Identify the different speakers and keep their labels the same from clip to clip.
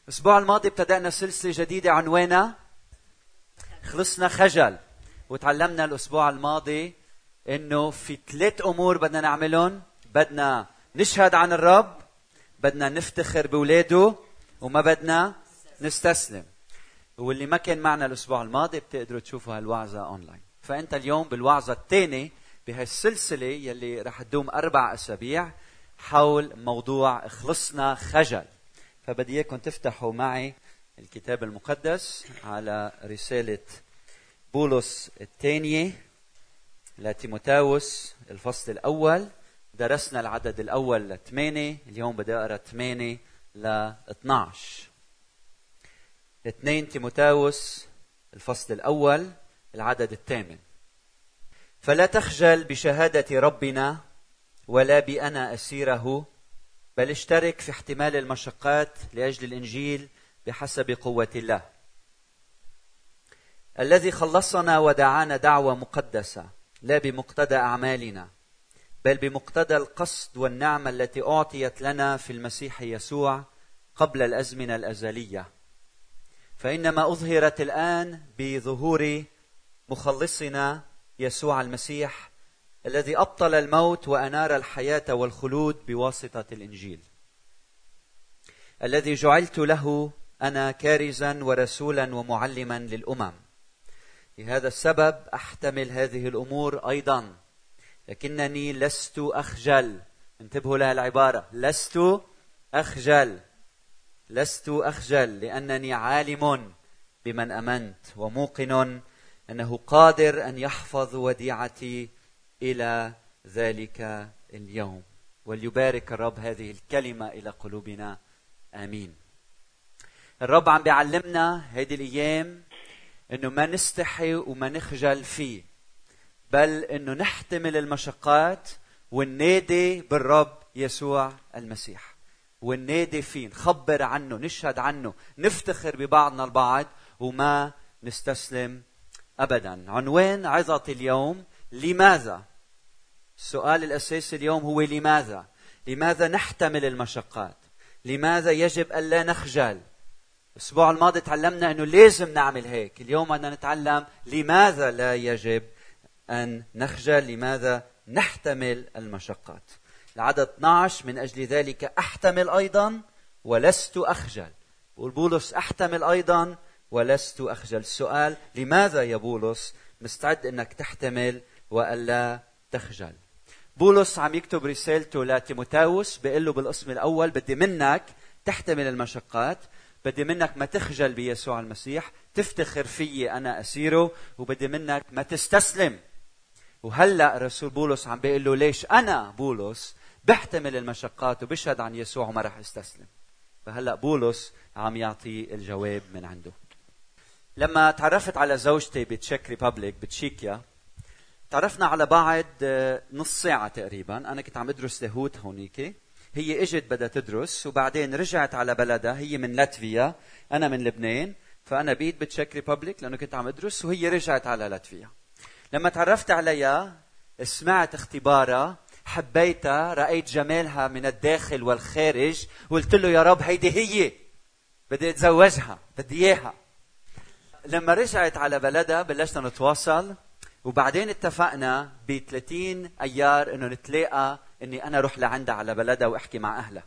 Speaker 1: الأسبوع الماضي ابتدأنا سلسلة جديدة عنوانها خلصنا خجل. وتعلمنا الأسبوع الماضي إنه في 3 أمور بدنا نعملهم. بدنا نشهد عن الرب، بدنا نفتخر بولاده، وما بدنا نستسلم. واللي ما كان معنا الأسبوع الماضي بتقدروا تشوفوا هالوعظة أونلاين. فأنت اليوم بالوعظة الثانية بهالسلسلة يلي رح تدوم 4 أسابيع حول موضوع خلصنا خجل. فبدي إياكم تفتحوا معي الكتاب المقدس على رسالة بولس الثانية لتيموثاوس الفصل الأول. درسنا العدد الأول ل8، اليوم بدي أقرأ 8 ل 12. 2 تيموثاوس الفصل الأول العدد 8. فلا تخجل بشهادة ربنا ولا بأنا أسيره، بل اشترك في احتمال المشقات لأجل الإنجيل بحسب قوة الله، الذي خلصنا ودعانا دعوة مقدسة لا بمقتضى أعمالنا، بل بمقتضى القصد والنعمة التي أعطيت لنا في المسيح يسوع قبل الأزمنة الأزلية، فإنما أظهرت الآن بظهور مخلصنا يسوع المسيح الذي أبطل الموت وأنار الحياة والخلود بواسطة الإنجيل، الذي جعلت له أنا كارزا ورسولا ومعلما للأمم. لهذا السبب أحتمل هذه الأمور أيضا، لكنني لست أخجل. انتبهوا لها العبارة، لست أخجل لأنني عالم بمن أمنت وموقن أنه قادر أن يحفظ وديعتي إلى ذلك اليوم. وليبارك الرب هذه الكلمة إلى قلوبنا، آمين. الرب عم بيعلمنا هذه الأيام إنه ما نستحي وما نخجل فيه، بل إنه نحتمل المشقات وننادي بالرب يسوع المسيح، وننادي فيه، نخبر عنه، نشهد عنه، نفتخر ببعضنا البعض وما نستسلم أبدا. عنوان عظة اليوم لماذا؟ السؤال الأساسي اليوم هو لماذا؟ لماذا نحتمل المشقات؟ لماذا يجب ألا نخجل؟ الأسبوع الماضي تعلمنا أنه لازم نعمل هيك. اليوم بدنا نتعلم لماذا لا يجب أن نخجل، لماذا نحتمل المشقات. العدد 12، من أجل ذلك أحتمل أيضا ولست أخجل. بقول بولس أحتمل أيضا ولست أخجل. السؤال لماذا يا بولس مستعد أنك تحتمل وألا تخجل؟ بولس عم يكتب رسالته لتيموثاوس، بيقول له بالقسم الأول بدي منك تحتمل المشقات، بدي منك ما تخجل بيسوع المسيح، تفتخر فيي أنا أسيره، وبدي منك ما تستسلم. وهلأ رسول بولس عم بيقول له ليش أنا بولس بحتمل المشقات وبشهد عن يسوع وما رح استسلم. فهلأ بولس عم يعطي الجواب من عنده. لما تعرفت على زوجتي بتشيك ريبابليك بتشيكيا، تعرفنا على بعض نص ساعة تقريبا. أنا كنت عم أدرس لاهوت هونيك، هي إجت بدها تدرس وبعدين رجعت على بلدها. هي من لاتفيا، أنا من لبنان، فأنا بيت بتشيك ريبابليك لأنه كنت عم أدرس، وهي رجعت على لاتفيا. لما تعرفت عليها سمعت اختبارها، حبيتها، رأيت جمالها من الداخل والخارج، وقلت له يا رب هيدي هي، بدي أتزوجها، بدي إياها. لما رجعت على بلدها بلشنا نتواصل، وبعدين اتفقنا ب30 أيار إنه نتلاقى، إني أنا أروح لعندها على بلدها وأحكي مع أهلها.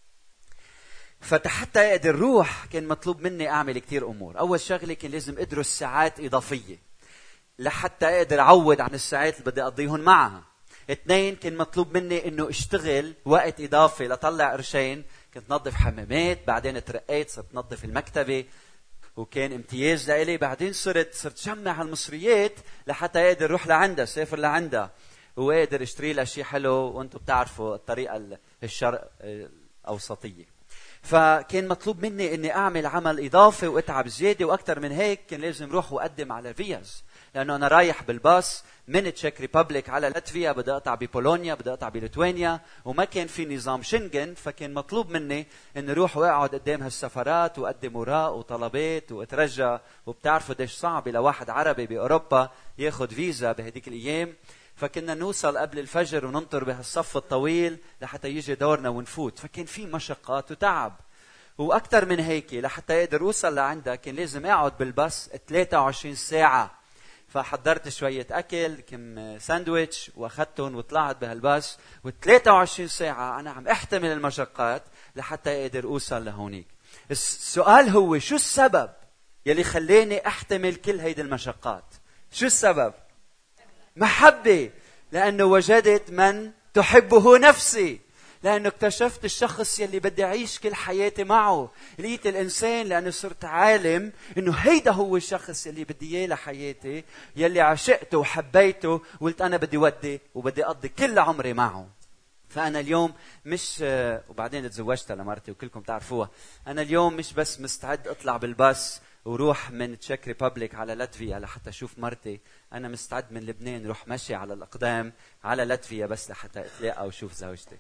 Speaker 1: فحتى أقدر روح كان مطلوب مني أعمل كتير أمور. أول شغلة كان لازم أدرس ساعات إضافية لحتى أقدر أعوض عن الساعات اللي بدي أقضيهن معها. 2 كان مطلوب مني إنه اشتغل وقت إضافي لطلع قرشين. كنت نظف حمامات، بعدين ترقيت صرت نظف المكتبة، وكان امتياز لإلي. بعدين صرت جمع هالمصريات لحتى أقدر روح لعندها، سافر لعندها، وأقدر اشتري لها شيء حلو. وانتم بتعرفوا الطريقة الشرق الأوسطية. فكان مطلوب مني اني اعمل عمل اضافي واتعب زياده، واكثر من هيك كان لازم روح واقدم على فيز، لانه انا رايح بالباص من تشيك ريبابليك على لاتفيا، بدي اقطع ببولونيا، بدي اقطع بليتوانيا، وما كان في نظام شنغن. فكان مطلوب مني اني اروح واقعد قدام هالسفارات واقدم اوراق وطلبات واترجى. وبتعرفوا قديش صعب لواحد عربي باوروبا ياخذ فيزا بهديك الايام. فكنا نوصل قبل الفجر وننطر بهالصف الطويل لحتى يجي دورنا ونفوت. فكان في مشقات وتعب. وأكثر من هيك لحتى أقدر أوصل لعندك كان لازم أقعد بالباص 23 ساعة. فحضرت شوية أكل كم ساندويتش وأخذتهم وطلعت بهالباص، و23 ساعة أنا عم أحتمل المشقات لحتى أقدر أوصل لهونيك. السؤال هو شو السبب يلي خلاني أحتمل كل هيدي المشقات؟ شو السبب؟ محبة. لأنه وجدت من تحبه نفسي، لأنه اكتشفت الشخص يلي بدي أعيش كل حياتي معه. لقيت الإنسان لأنه صرت عالم إنه هيدا هو الشخص يلي بدي إياه لحياتي، يلي عشقته وحبيته، وقلت أنا بدي ودي وبدي أقضي كل عمري معه. فأنا اليوم مش وبعدين تزوجت لمرتي وكلكم تعرفوها. أنا اليوم مش بس مستعد أطلع بالباص وروح من تشيك ريبابليك على لاتفيا لحتى أشوف مرتي. أنا مستعد من لبنان روح ماشي على الأقدام على لاتفيا بس لحتى أتلاقى وشوف زوجتي.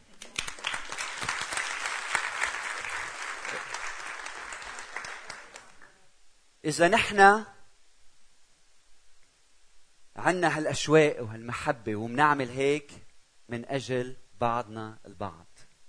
Speaker 1: إذا نحن عنا هالأشواق وهالمحبة ومنعمل هيك من أجل بعضنا البعض،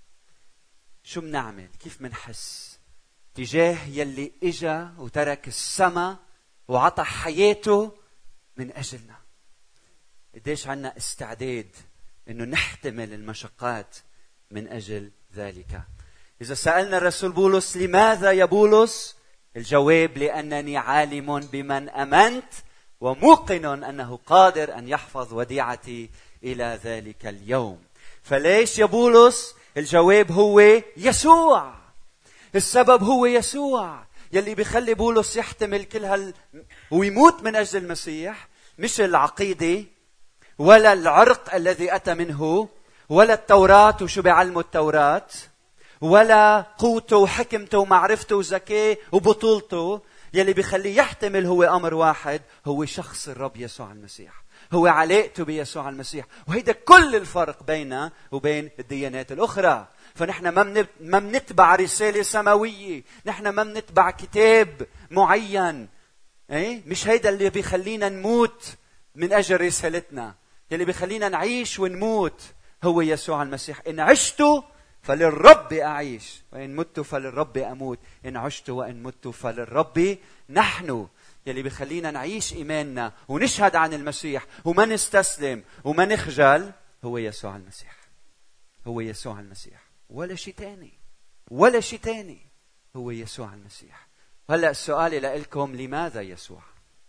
Speaker 1: شو منعمل؟ كيف منحس تجاه يلي إجا وترك السما وعطى حياته من أجلنا؟ قديش عنا استعداد إنه نحتمل المشقات من أجل ذلك؟ إذا سألنا الرسول بولس لماذا يا بولس؟ الجواب لأنني عالم بمن أمنت وموقن أنه قادر أن يحفظ وديعتي إلى ذلك اليوم. فليش يا بولس؟ الجواب هو يسوع. السبب هو يسوع يلي بيخلي بولس يحتمل كل ويموت من أجل المسيح. مش العقيدة ولا العرق الذي أتى منه ولا التوراة وشو بيعلموا التوراة ولا قوته وحكمته ومعرفته وذكاء وبطولته. يلي بيخليه يحتمل هو أمر واحد، هو شخص الرب يسوع المسيح، هو علاقته بيسوع المسيح. وهيدا كل الفرق بينه وبين الديانات الأخرى. فنحن ما منتبع رسالة سماوية، نحن ما منتبع كتاب معين. مش هيدا اللي بيخلينا نموت من أجل رسالتنا. يلي بيخلينا نعيش ونموت هو يسوع المسيح. إن عشت فللرب أعيش وإن مت فللرب أموت. إن عشت وإن مت فللرب نحن. يلي بيخلينا نعيش إيماننا ونشهد عن المسيح وما نستسلم وما نخجل هو يسوع المسيح. هو يسوع المسيح، ولا شيء تاني، ولا شيء تاني، هو يسوع المسيح. هلأ السؤال لكم، لماذا يسوع؟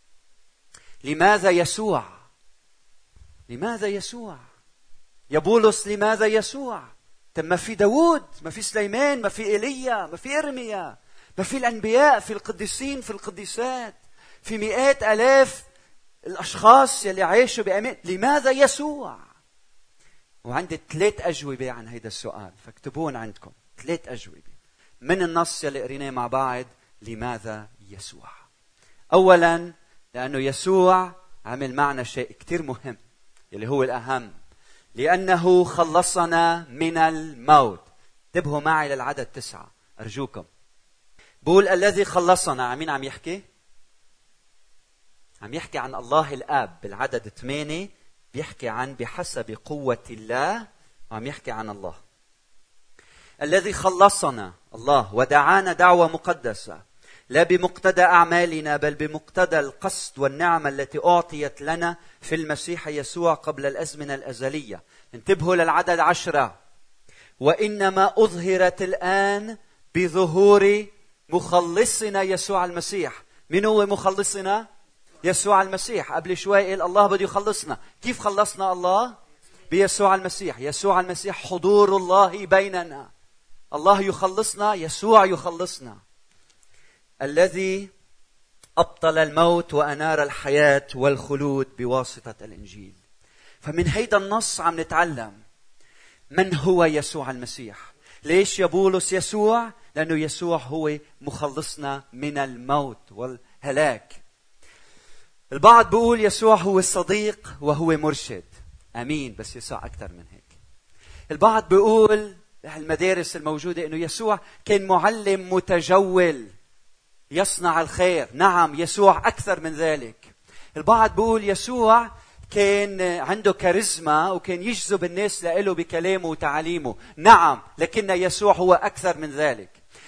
Speaker 1: لماذا يسوع؟ لماذا يسوع؟ يا بولس لماذا يسوع؟ طب ما في داود، ما في سليمان، ما في إيليا، ما في إرميا، ما في الأنبياء، في القديسين، في القديسات، في مئات آلاف الأشخاص يلي عايشوا بأمان. لماذا يسوع؟ وعندي 3 أجوبة عن هذا السؤال، فاكتبون عندكم 3 أجوبة من النص يلي قريناه مع بعض. لماذا يسوع؟ أولا لأنه يسوع عمل معنا شيء كتير مهم يلي هو الأهم، لأنه خلصنا من الموت. انتبهوا معي للعدد 9 أرجوكم. بقول الذي خلصنا. مين عم يحكي؟ عم يحكي عن الله الآب. بالعدد 8 بيحكي عن بحسب قوة الله، وعم يحكي عن الله. الذي خلصنا الله ودعانا دعوة مقدسة، لا بمقتضى أعمالنا بل بمقتضى القصد والنعمة التي أعطيت لنا في المسيح يسوع قبل الأزمنة الأزلية. انتبهوا للعدد 10. وإنما أظهرت الآن بظهور مخلصنا يسوع المسيح. من هو مخلصنا؟ يسوع المسيح. قبل شوي قال الله بده يخلصنا. كيف خلصنا الله؟ بيسوع المسيح. يسوع المسيح حضور الله بيننا. الله يخلصنا، يسوع يخلصنا. الذي أبطل الموت وأنار الحياة والخلود بواسطة الإنجيل. فمن هيدا النص عم نتعلم من هو يسوع المسيح. ليش يا بولس يسوع؟ لأنه يسوع هو مخلصنا من الموت والهلاك. البعض بيقول يسوع هو الصديق وهو مرشد. أمين، بس يسوع أكثر من هيك. البعض بيقول المدارس الموجودة إنه يسوع كان معلم متجول يصنع الخير. نعم، يسوع أكثر من ذلك. البعض بيقول يسوع كان عنده كاريزما وكان يجذب الناس له بكلامه وتعاليمه. نعم، لكن يسوع هو أكثر من ذلك.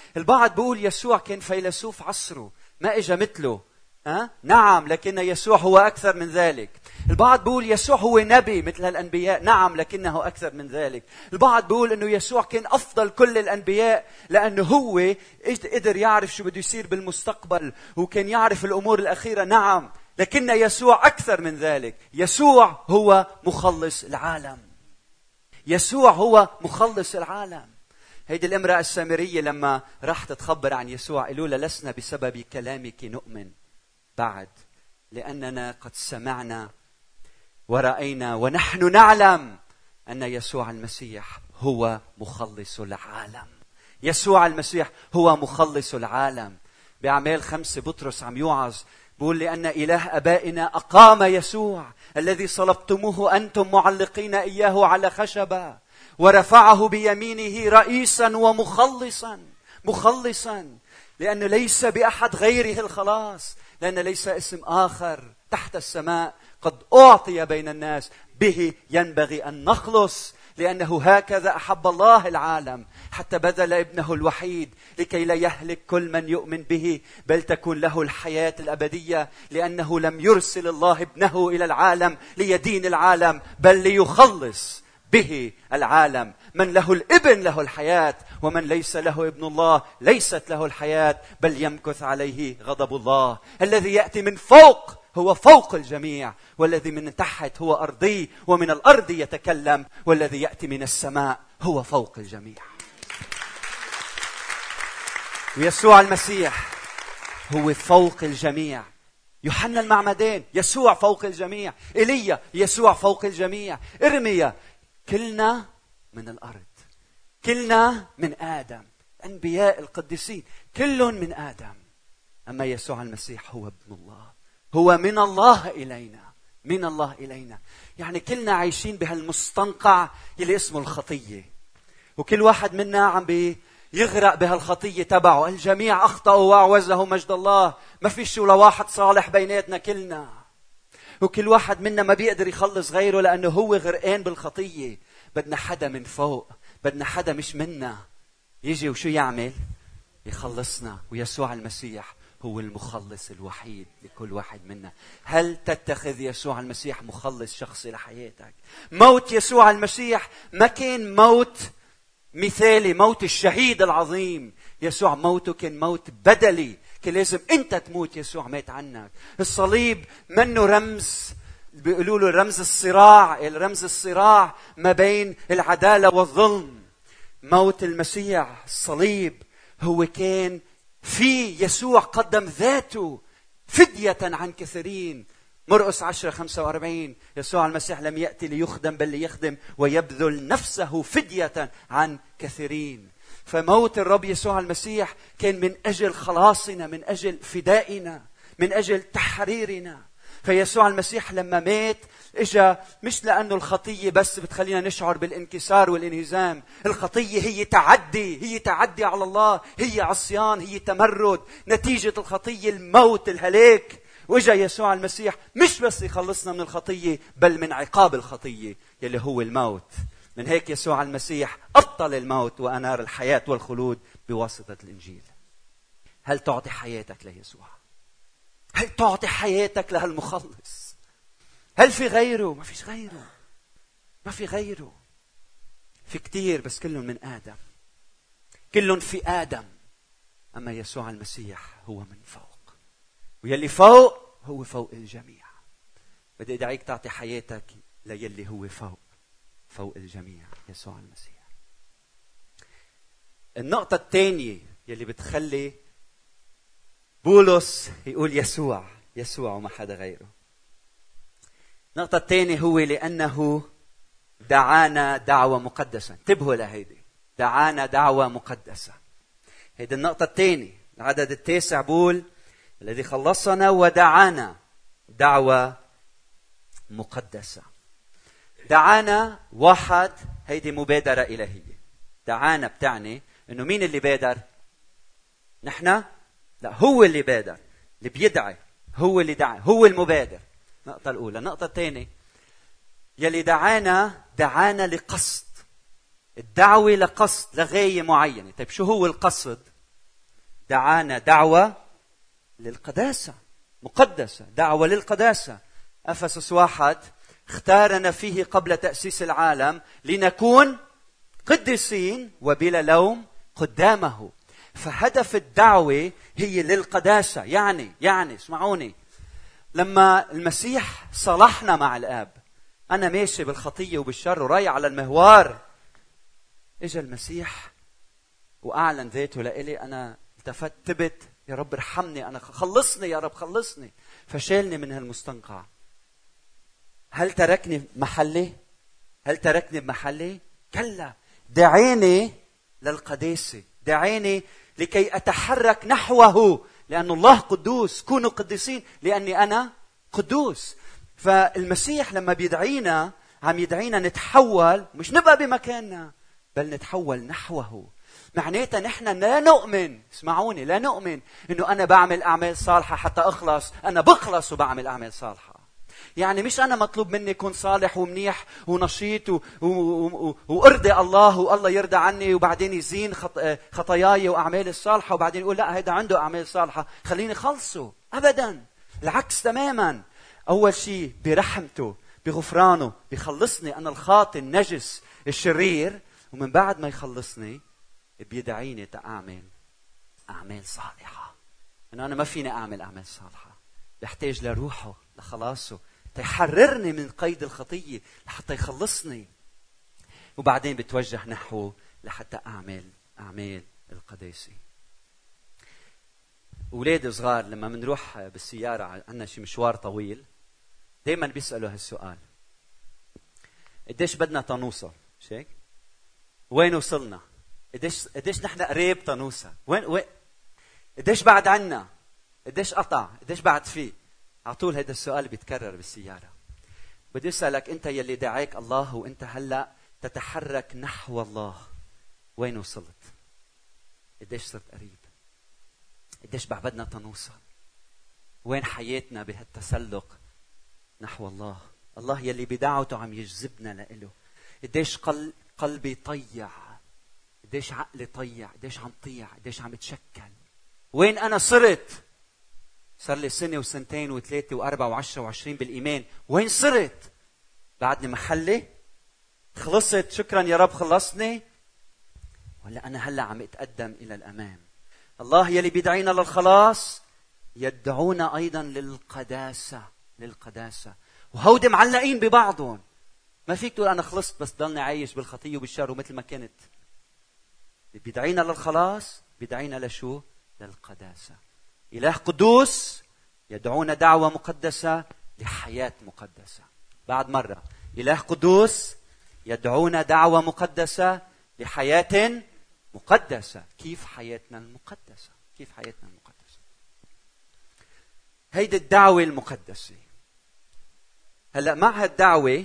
Speaker 1: البعض بيقول يسوع كان فيلسوف عصره ما اجى مثله. نعم، لكن يسوع هو أكثر من ذلك. البعض بيقول يسوع هو نبي مثل الأنبياء. نعم، لكنه أكثر من ذلك. البعض بيقول أنه يسوع كان أفضل كل الأنبياء لأنه هو قدر يعرف شو بده يصير بالمستقبل وكان يعرف الأمور الأخيرة. نعم، لكن يسوع أكثر من ذلك. يسوع هو مخلص العالم. يسوع هو مخلص العالم. هيدي الامرأة السامرية لما راح تتخبر عن يسوع قالوا لها لسنا بسبب كلامك نؤمن بعد، لأننا قد سمعنا ورأينا ونحن نعلم أن يسوع المسيح هو مخلص العالم. يسوع المسيح هو مخلص العالم. بأعمال 5 بطرس عم يوعظ بقول لأن إله أبائنا أقام يسوع الذي صلبتموه أنتم معلقين إياه على خشبة ورفعه بيمينه رئيسا ومخلصا. مخلصا لأنه ليس بأحد غيره الخلاص، لأن ليس اسم آخر تحت السماء قد أعطي بين الناس به ينبغي أن نخلص، لأنه هكذا أحب الله العالم حتى بذل ابنه الوحيد لكي لا يهلك كل من يؤمن به بل تكون له الحياة الأبدية، لأنه لم يرسل الله ابنه إلى العالم ليدين العالم بل ليخلص به العالم. من له الابن له الحياة، ومن ليس له ابن الله ليست له الحياة بل يمكث عليه غضب الله. الذي يأتي من فوق هو فوق الجميع، والذي من تحت هو أرضي، ومن الأرض يتكلم، والذي يأتي من السماء هو فوق الجميع. ويسوع المسيح هو فوق الجميع. يوحنا المعمدان يسوع فوق الجميع، إيليا يسوع فوق الجميع، إرميا كلنا من الأرض، كلنا من آدم. أنبياء القديسين كلهم من آدم. أما يسوع المسيح هو ابن الله، هو من الله إلينا، من الله إلينا. يعني كلنا عايشين بهالمستنقع اللي اسمه الخطية، وكل واحد منا عم يغرق بهالخطية تبعه. الجميع أخطأوا وأعوزه مجد الله. ما فيش ولا واحد صالح بيناتنا كلنا، وكل واحد منا ما بيقدر يخلص غيره لأنه هو غرقان بالخطية. بدنا حدا من فوق، بدنا حدا مش منا يجي وشو يعمل؟ يخلصنا. ويسوع المسيح هو المخلص الوحيد لكل واحد منا. هل تتخذ يسوع المسيح مخلص شخصي لحياتك؟ موت يسوع المسيح ما كان موت مثالي، موت الشهيد العظيم. يسوع موته كان موت بدلي، كان لازم انت تموت. يسوع مات عنك. الصليب منه رمز، بيقولوا له رمز الصراع، الرمز الصراع ما بين العدالة والظلم. موت المسيح الصليب هو كان في يسوع قدم ذاته فدية عن كثيرين. مرقس 10:45 يسوع المسيح لم يأتي ليخدم بل ليخدم ويبذل نفسه فدية عن كثيرين. فموت الرب يسوع المسيح كان من أجل خلاصنا، من أجل فدائنا، من أجل تحريرنا. فيسوع المسيح لما مات اجا مش لأنه الخطية بس بتخلينا نشعر بالانكسار والانهزام. الخطية هي تعدي، هي تعدي على الله، هي عصيان، هي تمرد. نتيجة الخطية الموت، الهلاك. واجا يسوع المسيح مش بس يخلصنا من الخطية بل من عقاب الخطية يلي هو الموت. من هيك يسوع المسيح أبطل الموت وأنار الحياة والخلود بواسطة الإنجيل. هل تعطي حياتك ليسوع؟ هل تعطي حياتك لهالمخلص؟ هل في غيره؟ ما فيش غيره، ما في غيره. في كتير بس كلهم من آدم، كلهم في آدم. أما يسوع المسيح هو من فوق، ويلي فوق هو فوق الجميع. بدي أدعيك تعطي حياتك ليلي هو فوق، فوق الجميع، يسوع المسيح. النقطة الثانية يلي بتخلي بولس يقول يسوع يسوع وما حدا غيره. النقطة الثانية هو لأنه دعانا دعوة مقدسة. انتبهوا لهيدي، دعانا دعوة مقدسة. هيدي النقطة الثانية. العدد 9 بقول الذي خلصنا ودعانا دعوة مقدسة. دعانا واحد، هيدي مبادرة إلهية. دعانا بتعني إنه مين اللي بادر؟ نحن؟ لا، هو اللي بادر، اللي بيدعي هو اللي دعا، هو المبادر. النقطة الأولى. النقطة الثانية يلي دعانا لقصد. الدعوة لقصد، لغاية معينة. طيب شو هو القصد؟ دعانا دعوة للقداسة مقدسة، دعوة للقداسة. أفسس 1: اختارنا فيه قبل تأسيس العالم لنكون قديسين وبلا لوم قدامه. فهدف الدعوة هي للقداسة. يعني اسمعوني، لما المسيح صلحنا مع الآب، أنا ماشي بالخطية وبالشر ورايح على المهوار، إجا المسيح وأعلن ذاته لإلي. أنا التفت تبت، يا رب ارحمني، أنا خلصني يا رب خلصني، فشالني من هالمستنقع. هل تركني محلي؟ هل تركني بمحلي؟ كلا، دعيني للقداسة، دعيني لكي أتحرك نحوه، لأن الله قدوس. كونوا قديسين لأني أنا قدوس. فالمسيح لما بيدعينا عم يدعينا نتحول، مش نبقى بمكاننا بل نتحول نحوه. معناتها نحن لا نؤمن، اسمعوني، لا نؤمن إنه أنا بعمل أعمال صالحة حتى أخلص. أنا بخلص وبعمل أعمال صالحة. يعني مش أنا مطلوب مني أكون صالح ومنيح ونشيط وأرضي الله والله يرضى عني، وبعدين يزين خطاياي وأعمالي الصالحة، وبعدين يقول لا هيدا عنده أعمال صالحة خليني خلصه. أبدا، العكس تماما. أول شيء برحمته بغفرانه بيخلصني أنا الخاطئ النجس الشرير، ومن بعد ما يخلصني بيدعيني تأعمل أعمال صالحة. إنه أنا ما فيني أعمل أعمال صالحة، بحتاج لروحه لخلاصه تيحررني من قيد الخطية لحتى يخلصني، وبعدين بتوجه نحوه لحتى أعمال القداسة. أولاد صغار لما منروح بالسيارة عنا شي مشوار طويل، دايما بيسألوا هالسؤال: قديش بدنا تنوصل؟ مش هيك؟ وين وصلنا؟ قديش نحن قريب تنوصل؟ وين؟ قديش بعد عنا؟ قديش قطع؟ قديش بعد فيه؟ على طول هذا السؤال بيتكرر بالسيارة. بدي أسألك أنت يلي دعاك الله وأنت هلأ تتحرك نحو الله، وين وصلت؟ قديش صرت قريب؟ قديش بعدنا تنوصل؟ وين حياتنا بهالتسلق نحو الله؟ الله يلي بدعوته عم يجذبنا لإله. قديش قلبي طيع، قديش عقلي طيع، قديش عم طيع، قديش عم اتشكل. وين أنا صرت؟ صار لي سنة وسنتين وثلاثة وأربعة وعشرة وعشرين بالإيمان، وين صرت؟ بعدني محلي؟ خلصت شكرا يا رب خلصني؟ ولا أنا هلأ عم اتقدم إلى الأمام؟ الله يلي بيدعينا للخلاص يدعونا أيضا للقداسة. وهودي معلقين ببعضهم. ما فيك تقول أنا خلصت بس ضلني عايش بالخطية وبالشر ومثل ما كنت. بيدعينا للخلاص، بيدعينا لشو؟ للقداسة. إله قدوس يدعونا دعوة مقدسة لحياة مقدسة. بعد مرة، إله قدوس يدعونا دعوة مقدسة لحياة مقدسة. كيف حياتنا المقدسة؟ كيف حياتنا المقدسة؟ هيدي الدعوة المقدسة. هلأ مع هالدعوة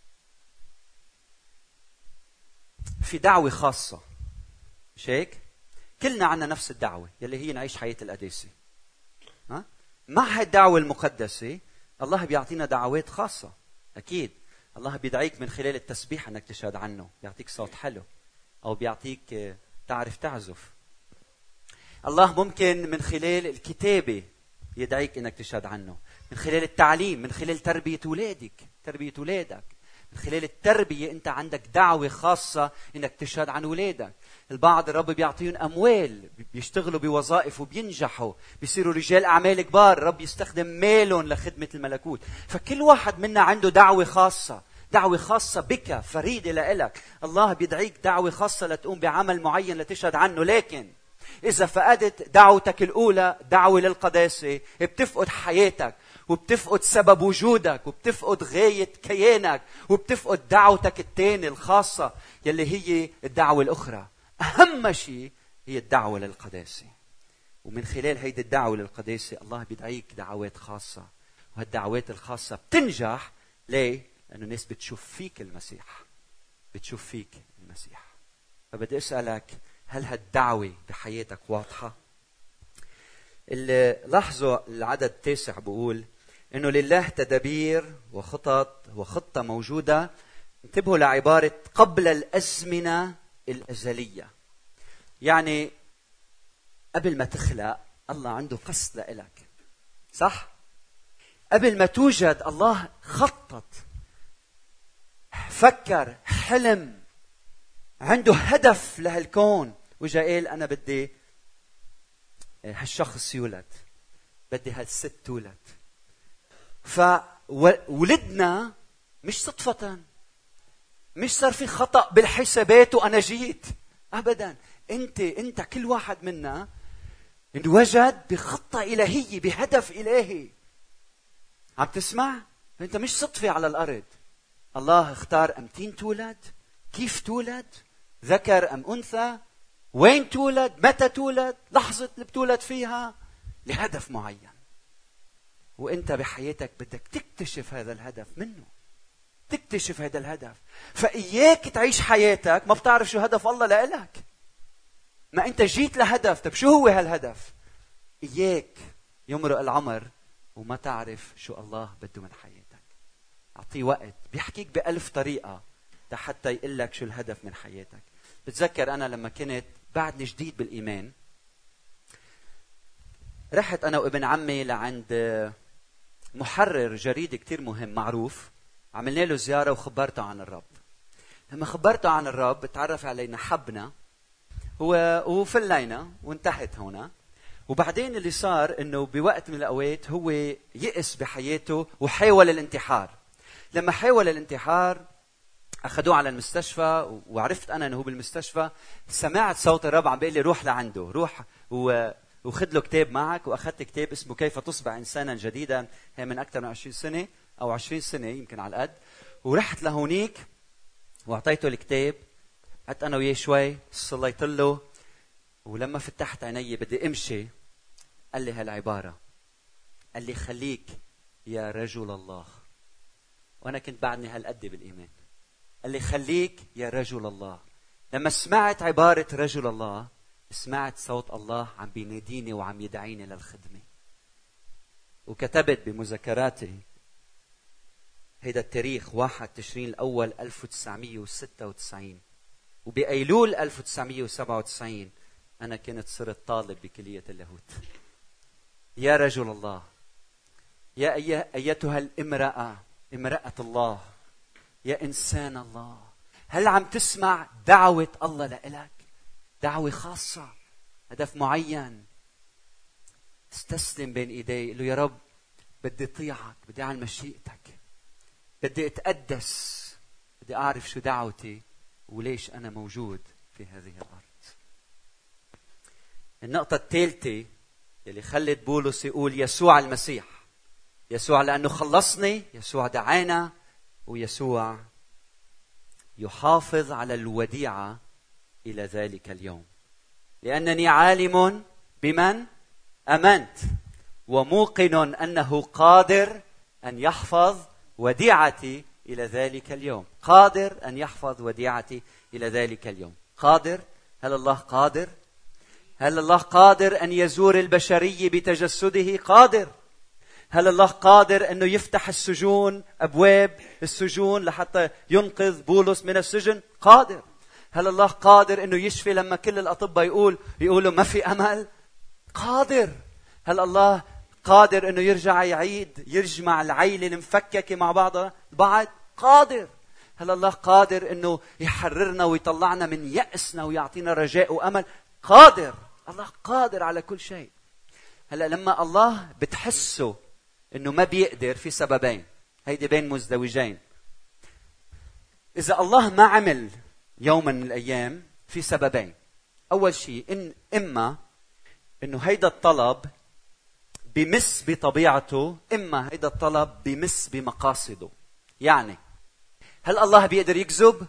Speaker 1: في دعوة خاصة، مش هيك؟ كلنا عنا نفس الدعوة يلي هي نعيش حياة القداسة. مع هالدعوة المقدسة الله بيعطينا دعوات خاصة. أكيد الله بيدعيك من خلال التسبيح أنك تشهد عنه، بيعطيك صوت حلو، أو بيعطيك تعرف تعزف. الله ممكن من خلال الكتابة يدعيك أنك تشهد عنه، من خلال التعليم، من خلال تربية أولادك، من خلال التربية أنت عندك دعوة خاصة أنك تشهد عن أولادك. البعض الرب بيعطيهم أموال، بيشتغلوا بوظائف وبينجحوا، بيصيروا رجال أعمال كبار، الرب يستخدم مالهم لخدمة الملكوت. فكل واحد منا عنده دعوة خاصة بك، فريدة لإلك. الله بيدعيك دعوة خاصة لتقوم بعمل معين لتشهد عنه. لكن إذا فقدت دعوتك الأولى، دعوة للقداسة، بتفقد حياتك، وبتفقد سبب وجودك، وبتفقد غاية كيانك، وبتفقد دعوتك الثانية الخاصة يلي هي الدعوة الأخرى. أهم شيء هي الدعوة للقداسة. ومن خلال هيدي الدعوة للقداسة الله بيدعيك دعوات خاصة، وهالدعوات الخاصة بتنجح. ليه؟ لأنه الناس بتشوف فيك المسيح. فبدي أسألك، هل هالدعوة بحياتك واضحة؟ اللي لاحظوا العدد 9 بقول إنه لله تدابير وخطة موجودة. انتبهوا لعبارة قبل الأزمنة الأزلية. يعني قبل ما تخلق الله عنده قصد لإلك، صح؟ قبل ما توجد الله خطط، فكر، حلم، عنده هدف لهالكون، وجا قال أنا بدي هالشخص يولد، بدي هالست تولد. فولدنا مش صدفة، مش صار في خطأ بالحسابات وأنا جيت، أبدا. أنت كل واحد منا انوجد بخطة إلهية، بهدف إلهي. عم تسمع؟ أنت مش صدفة على الأرض. الله اختار أمتين تولد، كيف تولد، ذكر أم أنثى، وين تولد، متى تولد، لحظة اللي بتولد فيها، لهدف معين. وانت بحياتك بدك تكتشف هذا الهدف منه، تكتشف هذا الهدف. فإياك تعيش حياتك ما بتعرف شو هدف الله لإلك. ما انت جيت لهدف، طب شو هو هالهدف؟ إياك يمرق العمر وما تعرف شو الله بده من حياتك. أعطيه وقت، بيحكيك ب1000 طريقة حتى يقول لك شو الهدف من حياتك. بتذكر أنا لما كنت بعدني جديد بالإيمان، رحت أنا وابن عمي لعند محرر جريدة كتير مهم معروف، عملنا له زيارة وخبرته عن الرب. لما خبرته عن الرب تعرف علينا، حبنا وفلينا وانتهت هنا. وبعدين اللي صار انه بوقت من الاوقات هو يئس بحياته وحاول الانتحار. لما حاول الانتحار اخذوه على المستشفى، وعرفت انا انه هو بالمستشفى. سمعت صوت الرب عم بيقول لي روح لعنده، روح وخذ له كتاب معك. واخذت كتاب اسمه كيف تصبح انسانا جديدا، هي من اكثر من 20 سنه او 20 سنه يمكن على القد. ورحت لهونيك واعطيته الكتاب، قعدت انا وياه شوي، صليت له. ولما فتحت عيني بدي امشي قال لي هالعباره، قال لي خليك يا رجل الله. وانا كنت بعدني هالقد بالايمان. قال لي خليك يا رجل الله. لما سمعت عباره رجل الله سمعت صوت الله عم بيناديني وعم يدعيني للخدمه. وكتبت بمذكراتي هيدا التاريخ 1 تشرين الأول 1996. وبأيلول 1997 أنا كنت صرت طالب بكلية اللاهوت. يا رجل الله، يا أيتها الامرأة، امرأة الله، يا إنسان الله، هل عم تسمع دعوة الله لإلك؟ دعوة خاصة، هدف معين. استسلم بين إيديه، قل له يا رب بدي أطيعك، بدي أعمل مشيئتك، بدي أتقدس، بدي أعرف شو دعوتي وليش أنا موجود في هذه الأرض. النقطة الثالثة اللي خلت بولس يقول يسوع المسيح. يسوع لأنه خلصني، يسوع دعانا، ويسوع يحافظ على الوديعة إلى ذلك اليوم. لأنني عالم بمن آمنت وموقن أنه قادر أن يحفظ وديعتي إلى ذلك اليوم. قادر أن يحفظ وديعتي إلى ذلك اليوم. قادر. هل الله قادر؟ هل الله قادر أن يزور البشرية بتجسده؟ قادر. هل الله قادر أنه يفتح السجون، أبواب السجون لحتى ينقذ بولس من السجن؟ قادر. هل الله قادر أنه يشفي لما كل الأطباء يقولوا ما في أمل؟ قادر. هل الله قادر أنه يرجع يجمع العيلة المفككة مع بعضها البعض؟ قادر. هل الله قادر أنه يحررنا ويطلعنا من يأسنا ويعطينا رجاء وأمل؟ قادر. الله قادر على كل شيء. هلأ لما الله بتحسه أنه ما بيقدر، في سببين، هيدي بين مزدوجين. إذا الله ما عمل يوما من الأيام في سببين. أول شيء إما أنه هيدا الطلب بمس بطبيعته، إما هيدا الطلب بمس بمقاصده. يعني هل الله بيقدر يكذب؟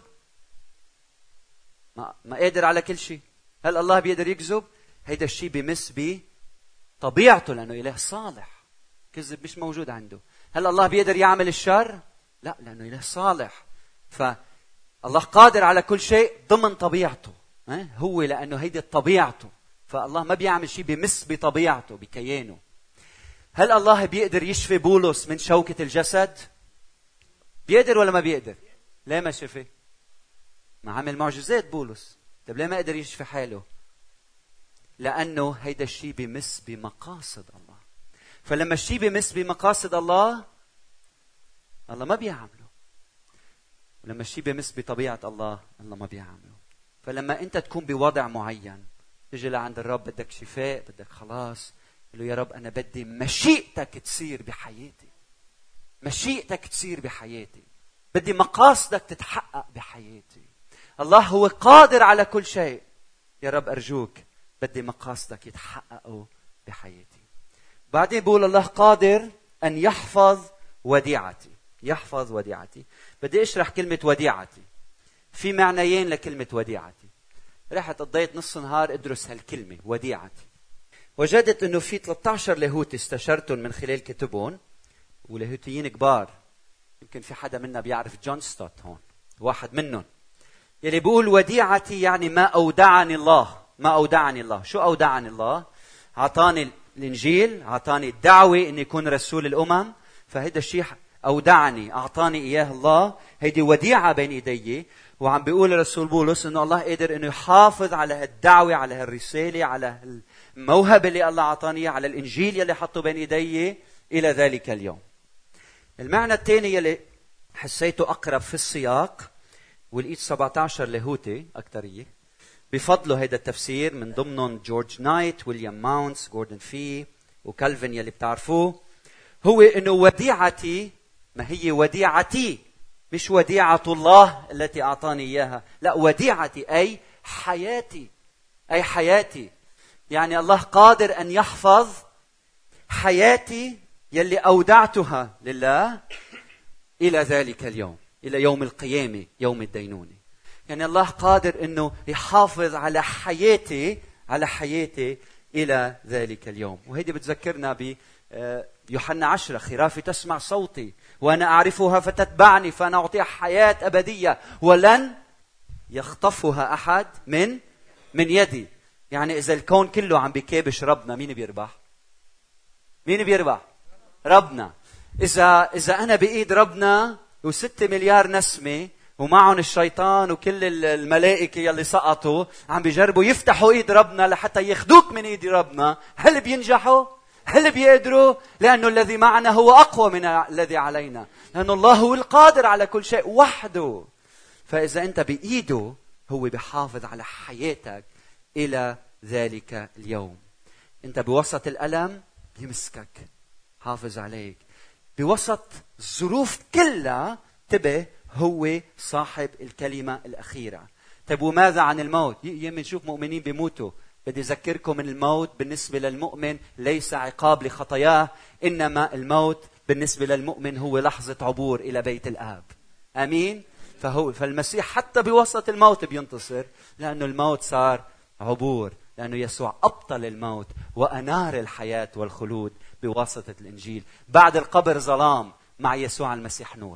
Speaker 1: ما قادر على كل شيء. هل الله بيقدر يكذب؟ هيدا الشيء بمس بطبيعته لأنه إله صالح، كذب مش موجود عنده. هل الله بيقدر يعمل الشر؟ لا، لأنه إله صالح. فالله قادر على كل شيء ضمن طبيعته، هو لأنه هيدا طبيعته. فالله ما بيعمل شيء بمس بطبيعته بكيانه. هل الله بيقدر يشفي بولس من شوكة الجسد؟ بيقدر ولا ما بيقدر؟ ليه ما شفي؟ ما عمل معجزات بولس. طب ليه ما قدر يشفي حاله؟ لأنه هيدا الشيء بمس بمقاصد الله. فلما الشيء بمس بمقاصد الله، الله ما بيعمله. ولما الشيء بمس بطبيعة الله، الله ما بيعمله. فلما أنت تكون بوضع معين، تجي لعند الرب بدك شفاء، بدك خلاص، قل له يا رب أنا بدي مشيئتك تصير بحياتي، مشيئتك تصير بحياتي، بدي مقاصدك تتحقق بحياتي. الله هو قادر على كل شيء. يا رب أرجوك بدي مقاصدك يتحققوا بحياتي. بعدين بقول الله قادر أن يحفظ وديعتي. يحفظ وديعتي. بدي أشرح كلمة وديعتي. في معنيين لكلمة وديعتي. رحت قضيت نص نهار أدرس هالكلمة وديعتي. وجدت أنه في 13 لاهوتي استشرتهم من خلال كتبهم، ولاهوتيين كبار. يمكن في حدا منا بيعرف جون ستوت هون، واحد منهم، يلي بيقول وديعتي يعني ما أودعني الله. ما أودعني الله. شو أودعني الله؟ أعطاني الإنجيل، أعطاني الدعوة إني يكون رسول الأمم، فهذا الشيء أودعني، أعطاني إياه الله. هيدي وديعة بين إيدي. وعم بيقول الرسول بولس إنه الله قادر إنه يحافظ على هالدعوة، على هالرسالة، على الموهبة اللي الله أعطاني، على الإنجيل يلي حطه بين إيدي إلى ذلك اليوم. المعنى الثاني يلي حسيته أقرب في السياق، ولقيت 17 لاهوتي أكترية بفضلوا هذا التفسير، من ضمنهم جورج نايت، ويليام ماونتس، جوردن في، وكالفن يلي بتعرفوه. هو إنه وديعتي، ما هي وديعتي، مش وديعة الله التي أعطاني إياها، لا، وديعتي أي حياتي. أي حياتي يعني الله قادر أن يحفظ حياتي يلي أودعتها لله إلى ذلك اليوم، إلى يوم القيامة، يوم الدينونة. يعني الله قادر أنه يحافظ على حياتي، على حياتي إلى ذلك اليوم. وهيدي بتذكرنا بيوحنا 10: خرافي تسمع صوتي وأنا أعرفها فتتبعني، فأنا أعطيها حياة أبدية ولن يخطفها أحد من يدي. يعني إذا الكون كله عم بيكابش ربنا، مين بيربح؟ مين بيربح؟ ربنا. إذا أنا بإيد ربنا و6 مليار نسمة ومعهم الشيطان وكل الملائكة يلي سقطوا عم بيجربوا يفتحوا إيد ربنا لحتى ياخدوك من إيد ربنا، هل بينجحوا؟ هل بيقدروا؟ لأنه الذي معنا هو أقوى من الذي علينا، لأن الله هو القادر على كل شيء وحده. فإذا أنت بإيده، هو بيحافظ على حياتك إلى ذلك اليوم. أنت بوسط الألم يمسكك، حافظ عليك. بوسط الظروف كلها انتبه، هو صاحب الكلمة الأخيرة. طيب وماذا عن الموت؟ يمكن نشوف مؤمنين بيموتوا. بدي أذكركم من الموت بالنسبة للمؤمن ليس عقاب لخطاياه، إنما الموت بالنسبة للمؤمن هو لحظة عبور إلى بيت الآب. آمين؟ فالمسيح حتى بوسط الموت بينتصر، لأنه الموت صار عبور، لأنه يسوع أبطل الموت وأنار الحياة والخلود بواسطة الإنجيل. بعد القبر ظلام، مع يسوع المسيح نور.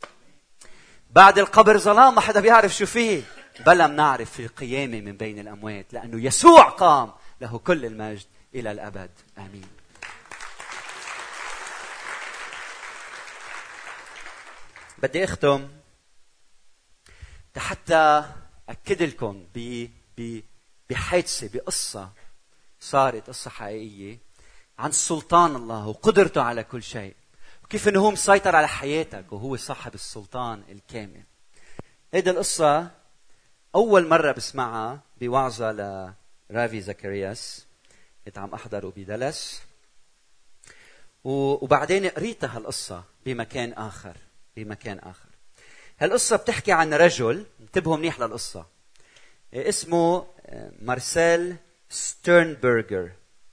Speaker 1: بعد القبر ظلام، ما حدا بيعرف شو فيه، بلا منعرف في القيامة من بين الأموات، لأنه يسوع قام، له كل المجد إلى الأبد. آمين. بدي أختم حتى أكد لكم بحادثة، بقصة صارت، قصة حقيقية عن سلطان الله وقدرته على كل شيء، وكيف أنه هو مسيطر على حياتك وهو صاحب السلطان الكامل. هيدا القصة أول مرة بسمعها بوعظة لرافي زكرياس، كنت عم أحضره بدلس، وبعدين قريتها هالقصة بمكان آخر. هالقصة بتحكي عن رجل، انتبهوا منيح للقصة، اسمه مارسيل ستيرنبرغر.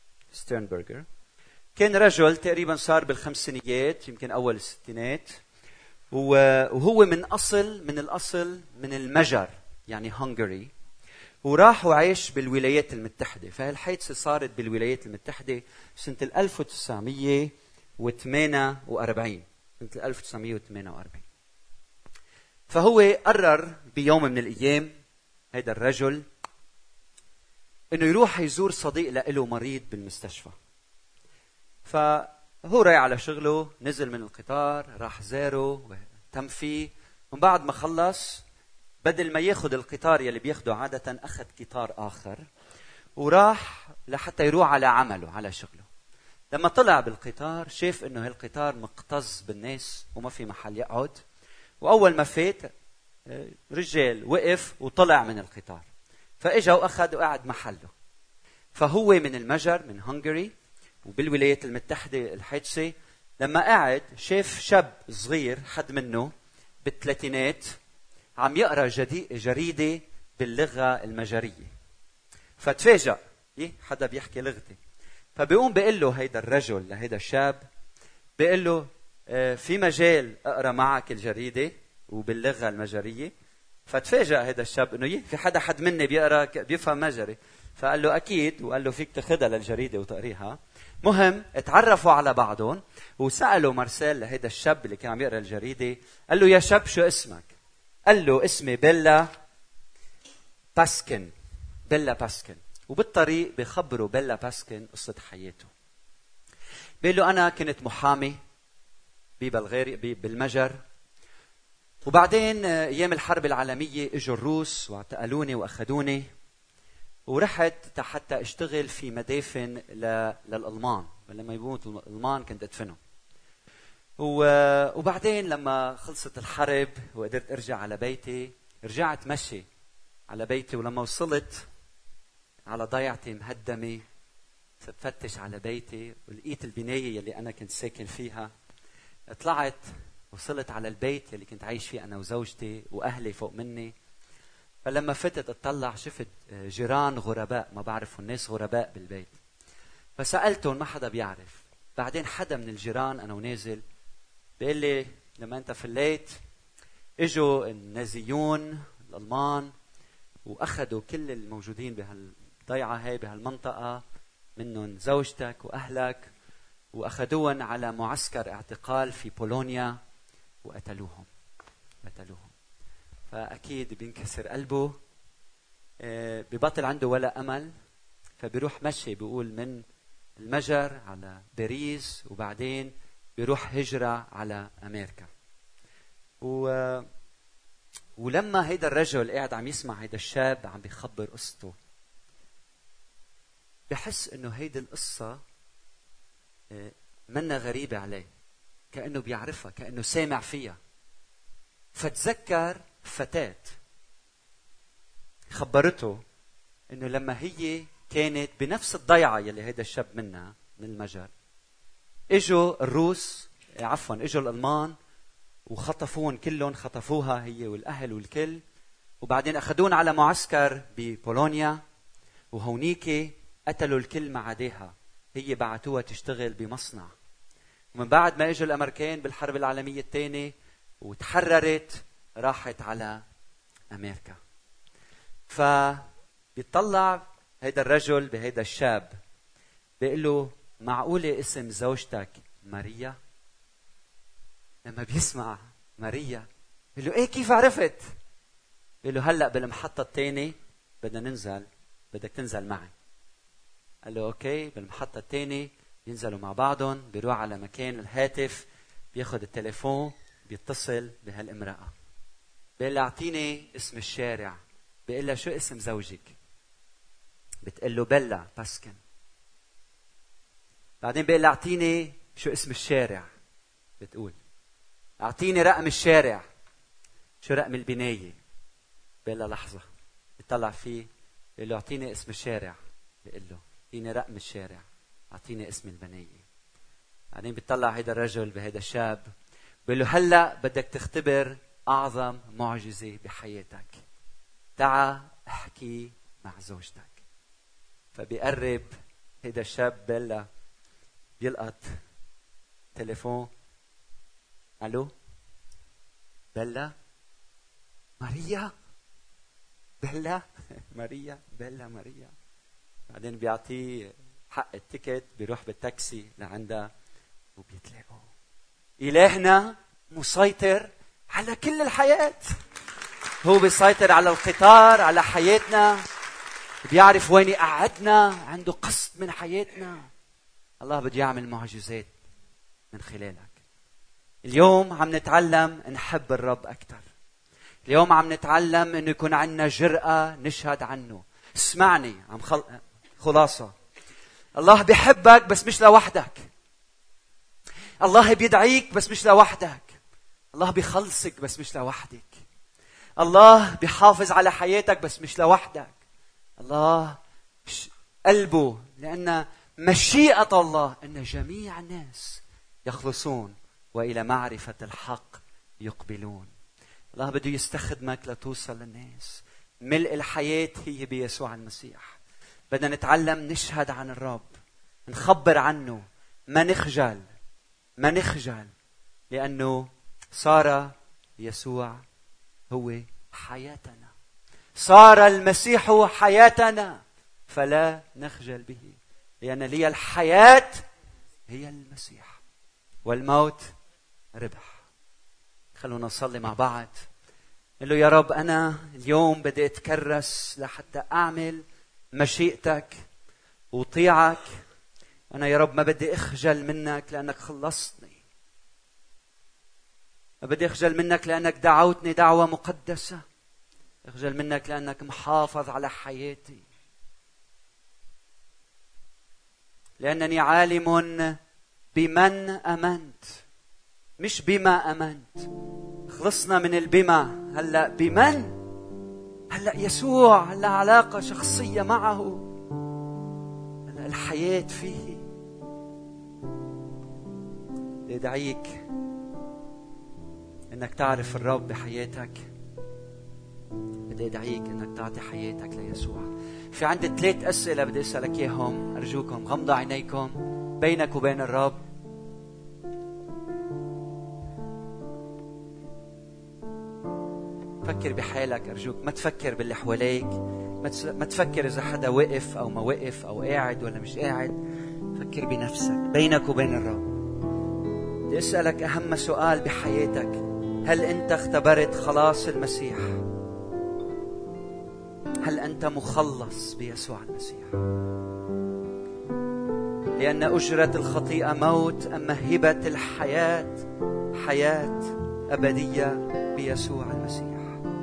Speaker 1: كان رجل تقريبا صار بالخمسينيات، يمكن أول الستينات، وهو من المجر، يعني هنغري، وراح وعيش بالولايات المتحدة. فهالحادثة صارت بالولايات المتحدة سنة 1948. فهو قرر بيوم من الأيام هيدا الرجل إنه يروح يزور صديق له مريض بالمستشفى. فهو رايح على شغله، نزل من القطار، راح زاره وتم فيه. ومن بعد ما خلص، بدل ما ياخد القطار يلي بياخده عادة، أخذ قطار آخر وراح لحتى يروح على عمله على شغله. لما طلع بالقطار شاف انه هالقطار مكتظ بالناس وما في محل يقعد، واول ما فات رجال وقف وطلع من القطار، فاجا واخذ وقعد محله. فهو من المجر، من هنغاري وبالولايات المتحدة الحادثة. لما قعد شاف شاب صغير حد منه بالثلاثينات عم يقرأ جريدة باللغة المجرية. فتفاجأ، حدا بيحكي لغتي. فبيقوم بيقول له هيدا الرجل لهيدا الشاب، بيقول له في مجال اقرأ معك الجريدة وباللغة المجرية. فتفاجأ هيدا الشاب انه في حد مني بيقرأ بيفهم مجري. فقال له أكيد، وقال له فيك تاخدها للجريدة وتقريها. مهم اتعرفوا على بعضهم، وسألوا مارسيل لهيدا الشاب اللي كان عم يقرأ الجريدة، قال له يا شاب شو اسمك؟ قال له اسمي بيلا باسكن. بيلا باسكن. وبالطريق بيخبروا بيلا باسكن قصة حياته. بيقول له أنا كنت محامي ببلغاريا بالمجر، وبعدين أيام الحرب العالمية اجوا الروس واعتقلوني وأخذوني، ورحت حتى اشتغل في مدافن للألمان. لما يموتوا الألمان كنت ادفنهم. وبعدين لما خلصت الحرب وقدرت ارجع على بيتي، رجعت مشي على بيتي. ولما وصلت على ضيعتي مهدمة، فتش على بيتي ولقيت البناية اللي أنا كنت ساكن فيها. طلعت وصلت على البيت اللي كنت عايش فيه أنا وزوجتي وأهلي فوق مني. فلما فتت اطلع شفت جيران غرباء، ما بعرفوا الناس غرباء بالبيت. فسألتهم ما حدا بيعرف. بعدين حدا من الجيران أنا ونازل بيقول لي لما أنت فليت اجوا النازيون الألمان وأخذوا كل الموجودين بهالضيعة هاي بهالمنطقة، منهم زوجتك وأهلك، وأخذوهم على معسكر اعتقال في بولونيا وقتلوهم. فأكيد بينكسر قلبه، ببطل عنده ولا أمل. فبيروح مشي، بيقول من المجر على باريس، وبعدين بيروح هجرة على أمريكا. ولما هيدا الرجل قاعد عم يسمع هيدا الشاب عم بيخبر قصته، بحس إنه هيدا القصة منا غريبة عليه، كأنه بيعرفها، كأنه سامع فيها. فتذكر فتاة خبرته إنه لما هي كانت بنفس الضيعة يلي هيدا الشاب منها من المجر، اجوا الروس اجوا الألمان وخطفون كلهم، خطفوها هي والأهل والكل، وبعدين أخذون على معسكر ببولونيا، وهونيك قتلوا الكل ما عداها. هي بعتوها تشتغل بمصنع. ومن بعد ما اجوا الأمريكان بالحرب العالمية الثانية وتحررت، راحت على أمريكا. فبيطلع هيدا الرجل بهيدا الشاب، بيقول له معقولة اسم زوجتك ماريا؟ لما بيسمع ماريا بيقول له ايه كيف عرفت؟ بيقول له هلأ بالمحطة الثانية بدنا ننزل، بدك تنزل معي. قال له اوكي. بالمحطة الثانية ينزلوا مع بعضهم، بيروح على مكان الهاتف، بياخد التليفون، بيتصل بهالامرأة، بيقول لها اعطيني اسم الشارع. بيقول لها شو اسم زوجك؟ بتقول له بيلا باسكن. بعدين بيقول لها اعطيني شو اسم الشارع؟ بتقول اعطيني رقم الشارع. شو رقم البناية؟ بيقول لها لحظة. بيطلع فيه، بيقول له اعطيني اسم الشارع. بيقول له اعطيني رقم الشارع، اعطيني اسم البناية. بعدين بيطلع هيدا الرجل بهيدا الشاب، بيقول له هلا بدك تختبر اعظم معجزة بحياتك، تعا احكي مع زوجتك. فبيقرب هيدا الشاب بيلا، بيلقط تليفون. الو بيلا؟ ماريا؟ بيلا ماريا؟ بيلا ماريا. بعدين بيعطيه حق التيكت، بيروح بالتاكسي لعندها وبيتلاقوا. إلهنا مسيطر على كل الحياة، هو بيسيطر على القطار، على حياتنا، بيعرف وين يقعدنا، عنده قصد من حياتنا. الله بده يعمل معجزات من خلالك. اليوم عم نتعلم نحب الرب أكثر. اليوم عم نتعلم إنه يكون عندنا جرأة نشهد عنه. اسمعني، خلاصة، الله بيحبك بس مش لوحدك. الله بيدعيك بس مش لوحدك. الله بيخلصك بس مش لوحدك. الله بيحافظ على حياتك بس مش لوحدك. الله قلبه، لأن مشيئة الله أن جميع الناس يخلصون وإلى معرفة الحق يقبلون. الله بده يستخدمك لتوصل للناس. ملء الحياة هي بيسوع المسيح. بدنا نتعلم نشهد عن الرب، نخبر عنه، ما نخجل لأنه صار يسوع هو حياتنا. صار المسيح حياتنا فلا نخجل به، لأن لي الحياة هي المسيح والموت ربح. خلونا نصلي مع بعض. قل له: يا رب، أنا اليوم بدي أتكرس لحتى أعمل مشيئتك وطيعك. أنا يا رب ما بدي أخجل منك لأنك خلصتني. ما بدي أخجل منك لأنك دعوتني دعوة مقدسة. أخجل منك لأنك محافظ على حياتي. لأنني عالم بمن أمنت مش بما أمنت. خلصنا من البما، هلأ بمن؟ هلأ يسوع، هلأ علاقة شخصية معه، هلأ الحياة فيه. بدي أدعيك إنك تعرف الرب بحياتك. بدي أدعيك إنك تعطي حياتك ليسوع. في عندي 3 أسئلة بدي أسألك إياهم. أرجوكم غمضوا عينيكم. بينك وبين الرب فكر بحالك. أرجوك ما تفكر باللي حواليك. ما تفكر إذا حدا وقف أو ما وقف أو قاعد ولا مش قاعد. فكر بنفسك بينك وبين الرب. بدي أسألك أهم سؤال بحياتك: هل أنت اختبرت خلاص المسيح؟ هل أنت مخلص بيسوع المسيح؟ لأن أجرة الخطيئة موت، أما هبة الحياة حياة أبدية بيسوع المسيح.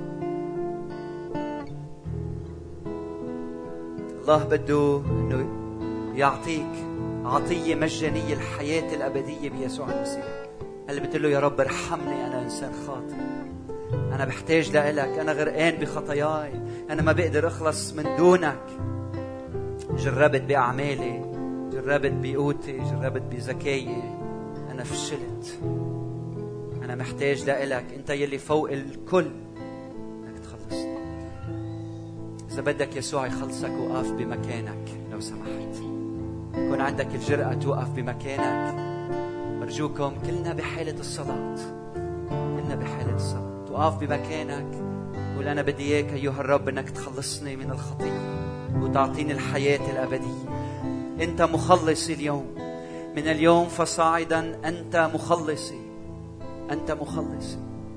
Speaker 1: الله بده أنه يعطيك عطية مجانية، الحياة الأبدية بيسوع المسيح. هل بتقول له: يا رب ارحمني، أنا إنسان خاطئ، أنا بحتاج لإلك، أنا غرقان بخطاياي، أنا ما بقدر أخلص من دونك. جربت بأعمالي، جربت بقوتي، جربت بذكائي، أنا فشلت. أنا محتاج لإلك، أنت يلي فوق الكل، أنك تخلصني. إذا بدك يسوع يخلصك، وقف بمكانك لو سمحت. كون عندك الجرأة توقف بمكانك. أرجوكم كلنا بحالة الصلاة، كلنا بحالة الصلاة. توقف بمكانك وقول: أنا بدي إياك أيها الرب أنك تخلصني من الخطية وتعطيني الحياة الأبدية. أنت مخلصي اليوم، من اليوم فصاعدا أنت مخلصي، أنت مخلصي.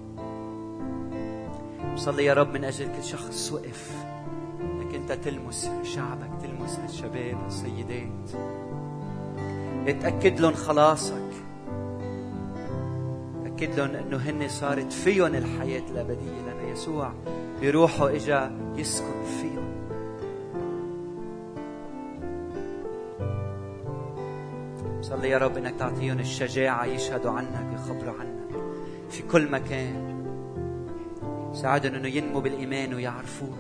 Speaker 1: صلي يا رب من أجل كل شخص وقف، أنك أنت تلمس شعبك، تلمس الشباب والسيدات، اتأكد لهم خلاصك، أكد لهم أنه هن صارت فيهم الحياة الأبدية، لأن يسوع بروحه إجا يسكن فيهم. صلي يا رب أنك تعطيهم الشجاعة يشهدوا عنك ويخبروا عنك في كل مكان. ساعدهم أنه ينمو بالإيمان ويعرفوك.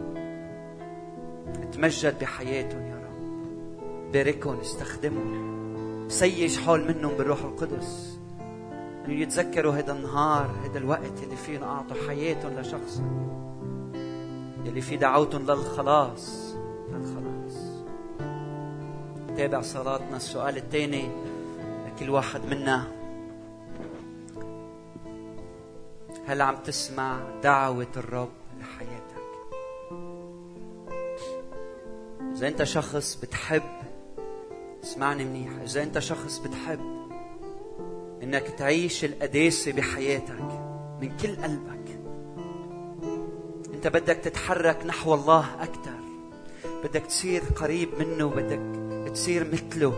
Speaker 1: اتمجد بحياتهم يا رب. باركهم، استخدمهم، سيج حول منهم بالروح القدس، أنه يتذكروا هذا النهار، هذا الوقت اللي فيه أعطوا حياتهم لشخصك، اللي فيه دعوتهم للخلاص. تابع صلاتنا. السؤال الثاني لكل واحد منا: هل عم تسمع دعوة الرب لحياتك؟ إذا أنت شخص بتحب، اسمعني منيح، إذا أنت شخص بتحب إنك تعيش القداسة بحياتك من كل قلبك، أنت بدك تتحرك نحو الله أكثر، بدك تصير قريب منه، بدك تصير مثله.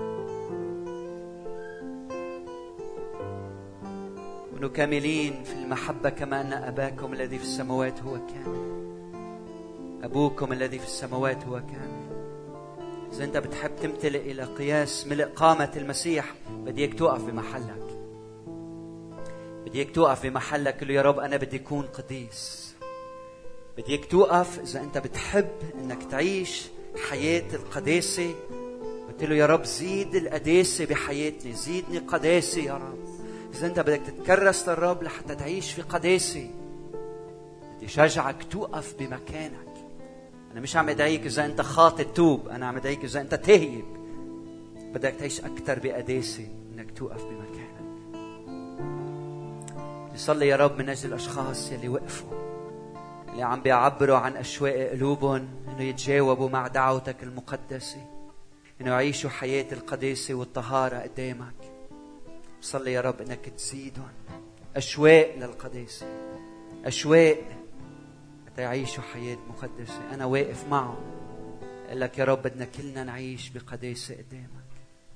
Speaker 1: كونوا كاملين في المحبة كما أن أباكم الذي في السماوات هو كامل. أبوكم الذي في السماوات هو كامل. إذا أنت بتحب تمتلئ إلى قياس ملء قامة المسيح، بدي إياك توقف بمحلك. بدي إياك توقف بمحلك. قل له يا رب أنا بدي أكون قديس. بدي إياك توقف إذا أنت بتحب أنك تعيش حياة القداسة. قلت له يا رب زيد القداسة بحياتي، زيدني قداسة يا رب. إذا أنت بدك تتكرس للرب لحتى تعيش في قداسة، بدي شجعك توقف بمكانك. أنا مش عم أدعيك إذا أنت خاطئ توب، أنا عم أدعيك إذا أنت تهيب بدك تعيش أكتر بقداسة إنك توقف بمكانك. يصلي يا رب من أجل الأشخاص يلي وقفوا، اللي عم بيعبروا عن أشواق قلوبهم إنه يتجاوبوا مع دعوتك المقدسة، إنه يعيشوا حياة القداسة والطهارة قدامك. صلي يا رب إنك تزيدهم أشواق للقداسة، أشواق يعيشوا حياة مقدسة. أنا واقف معهم، أقول لك يا رب بدنا كلنا نعيش بقداسة قدامك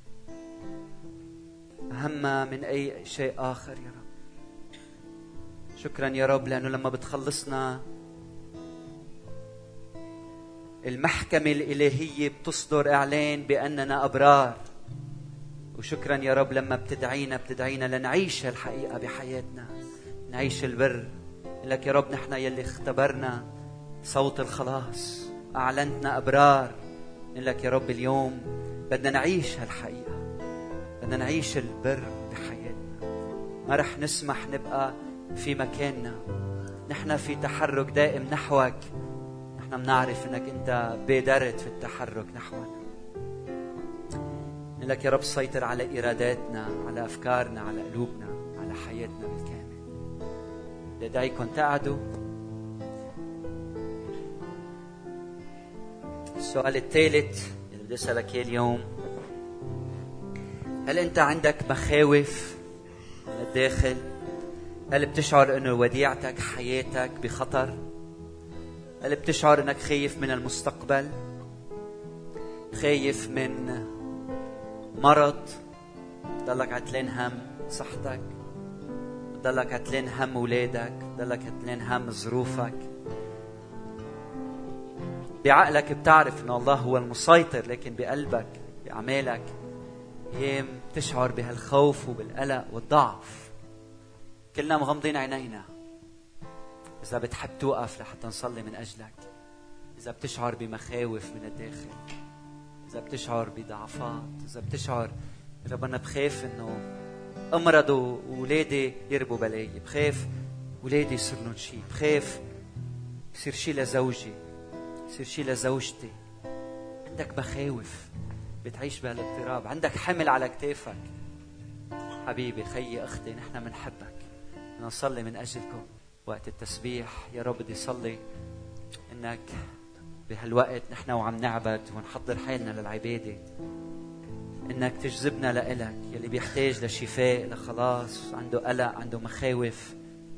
Speaker 1: أهم من أي شيء آخر يا رب. شكرا يا رب لأنه لما بتخلصنا المحكمة الإلهية بتصدر إعلان بأننا أبرار. وشكرا يا رب لما بتدعينا لنعيش الحقيقة بحياتنا، نعيش البر. لك يا رب نحن يلي اختبرنا صوت الخلاص، أعلنتنا أبرار. لك يا رب اليوم بدنا نعيش هالحقيقة، بدنا نعيش البر بحياتنا. ما رح نسمح نبقى في مكاننا، نحن في تحرك دائم نحوك. نحن بنعرف انك انت بادرت في التحرك نحونا. لك يا رب سيطر على إراداتنا، على أفكارنا، على قلوبنا، على حياتنا بالكامل. لدعيكم تقعدوا. السؤال الثالث اللي بدي أسألك إياه اليوم: هل أنت عندك مخاوف من الداخل؟ هل بتشعر أنه وديعتك حياتك بخطر؟ هل بتشعر أنك خايف من المستقبل؟ خايف من مرض؟ ضلك عتلان هم صحتك، ضلك عتلان هم أولادك، ضلك عتلان هم ظروفك. بعقلك بتعرف أن الله هو المسيطر، لكن بقلبك بأعمالك أيام تشعر بهالخوف وبالقلق والضعف. كلنا مغمضين عينينا. إذا بتحب توقف لحتى نصلي من أجلك، إذا بتشعر بمخاوف من الداخل، إذا بتشعر بضعفات، إذا بتشعر رب أنا بخاف إنه أمرضوا وولادي يربوا بلاي، بخاف ولادي يصير لهم شيء، بخاف يصير شيء لزوجي، يصير شيء لزوجتي. عندك مخاوف بتعيش بهالاضطراب، عندك حمل على كتافك. حبيبي خيي أختي، نحن منحبك، بدنا نصلي من أجلكم وقت التسبيح. يا رب بدي صلي إنك بهالوقت نحن وعم نعبد ونحضر حالنا للعبادة، إنك تجذبنا لإلك. يلي بيحتاج لشفاء، لخلاص، عنده قلق، عنده مخاوف،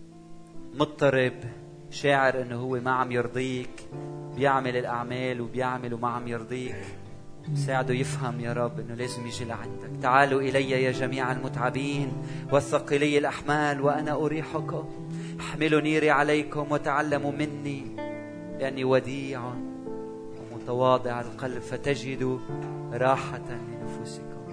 Speaker 1: مضطرب، شاعر إنه هو ما عم يرضيك، بيعمل الأعمال وبيعمل وما عم يرضيك، ساعده يفهم يا رب إنه لازم يجي لعندك. تعالوا إلي يا جميع المتعبين والثقيلي الأحمال وأنا أريحكم. احملوا نيري عليكم وتعلموا مني لأني وديع ومتواضع القلب فتجدوا راحة لنفوسكم.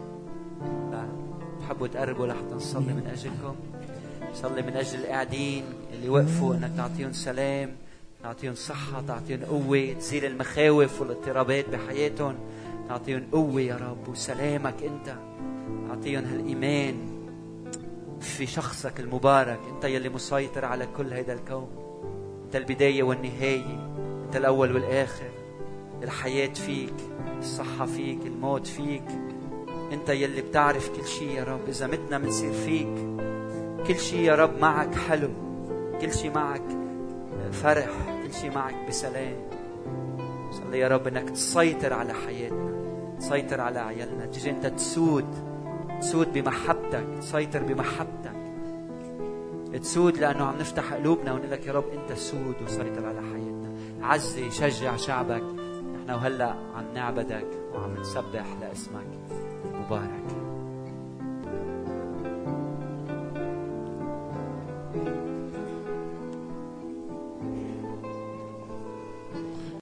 Speaker 1: تحبوا تقربوا لحتى نصلي من أجلكم؟ صلي من أجل القاعدين اللي وقفوا، إنك تعطيهم سلام، تعطيهم صحة، تعطيهم قوة، تزيل المخاوف والاضطرابات بحياتهم. تعطيهم قوة يا رب وسلامك أنت. تعطيهم هالإيمان في شخصك المبارك. أنت يلي مسيطر على كل هذا الكون. أنت البداية والنهاية، أنت الأول والآخر. الحياة فيك، الصحة فيك، الموت فيك. أنت يلي بتعرف كل شيء يا رب. إذا متنا منصير فيك. كل شيء يا رب معك حلو، كل شيء معك فرح، كل شيء معك بسلام. صلي يا رب إنك تسيطر على حياتنا، تسيطر على عيالنا. تجي أنت تسود بمحبتك، تسيطر بمحبتك، تسود لأنه عم نفتح قلوبنا ونقول لك يا رب أنت سود وسيطر على حياتنا. عزي شجع شعبك. نحن وهلأ عم نعبدك وعم نسبح لاسمك المبارك.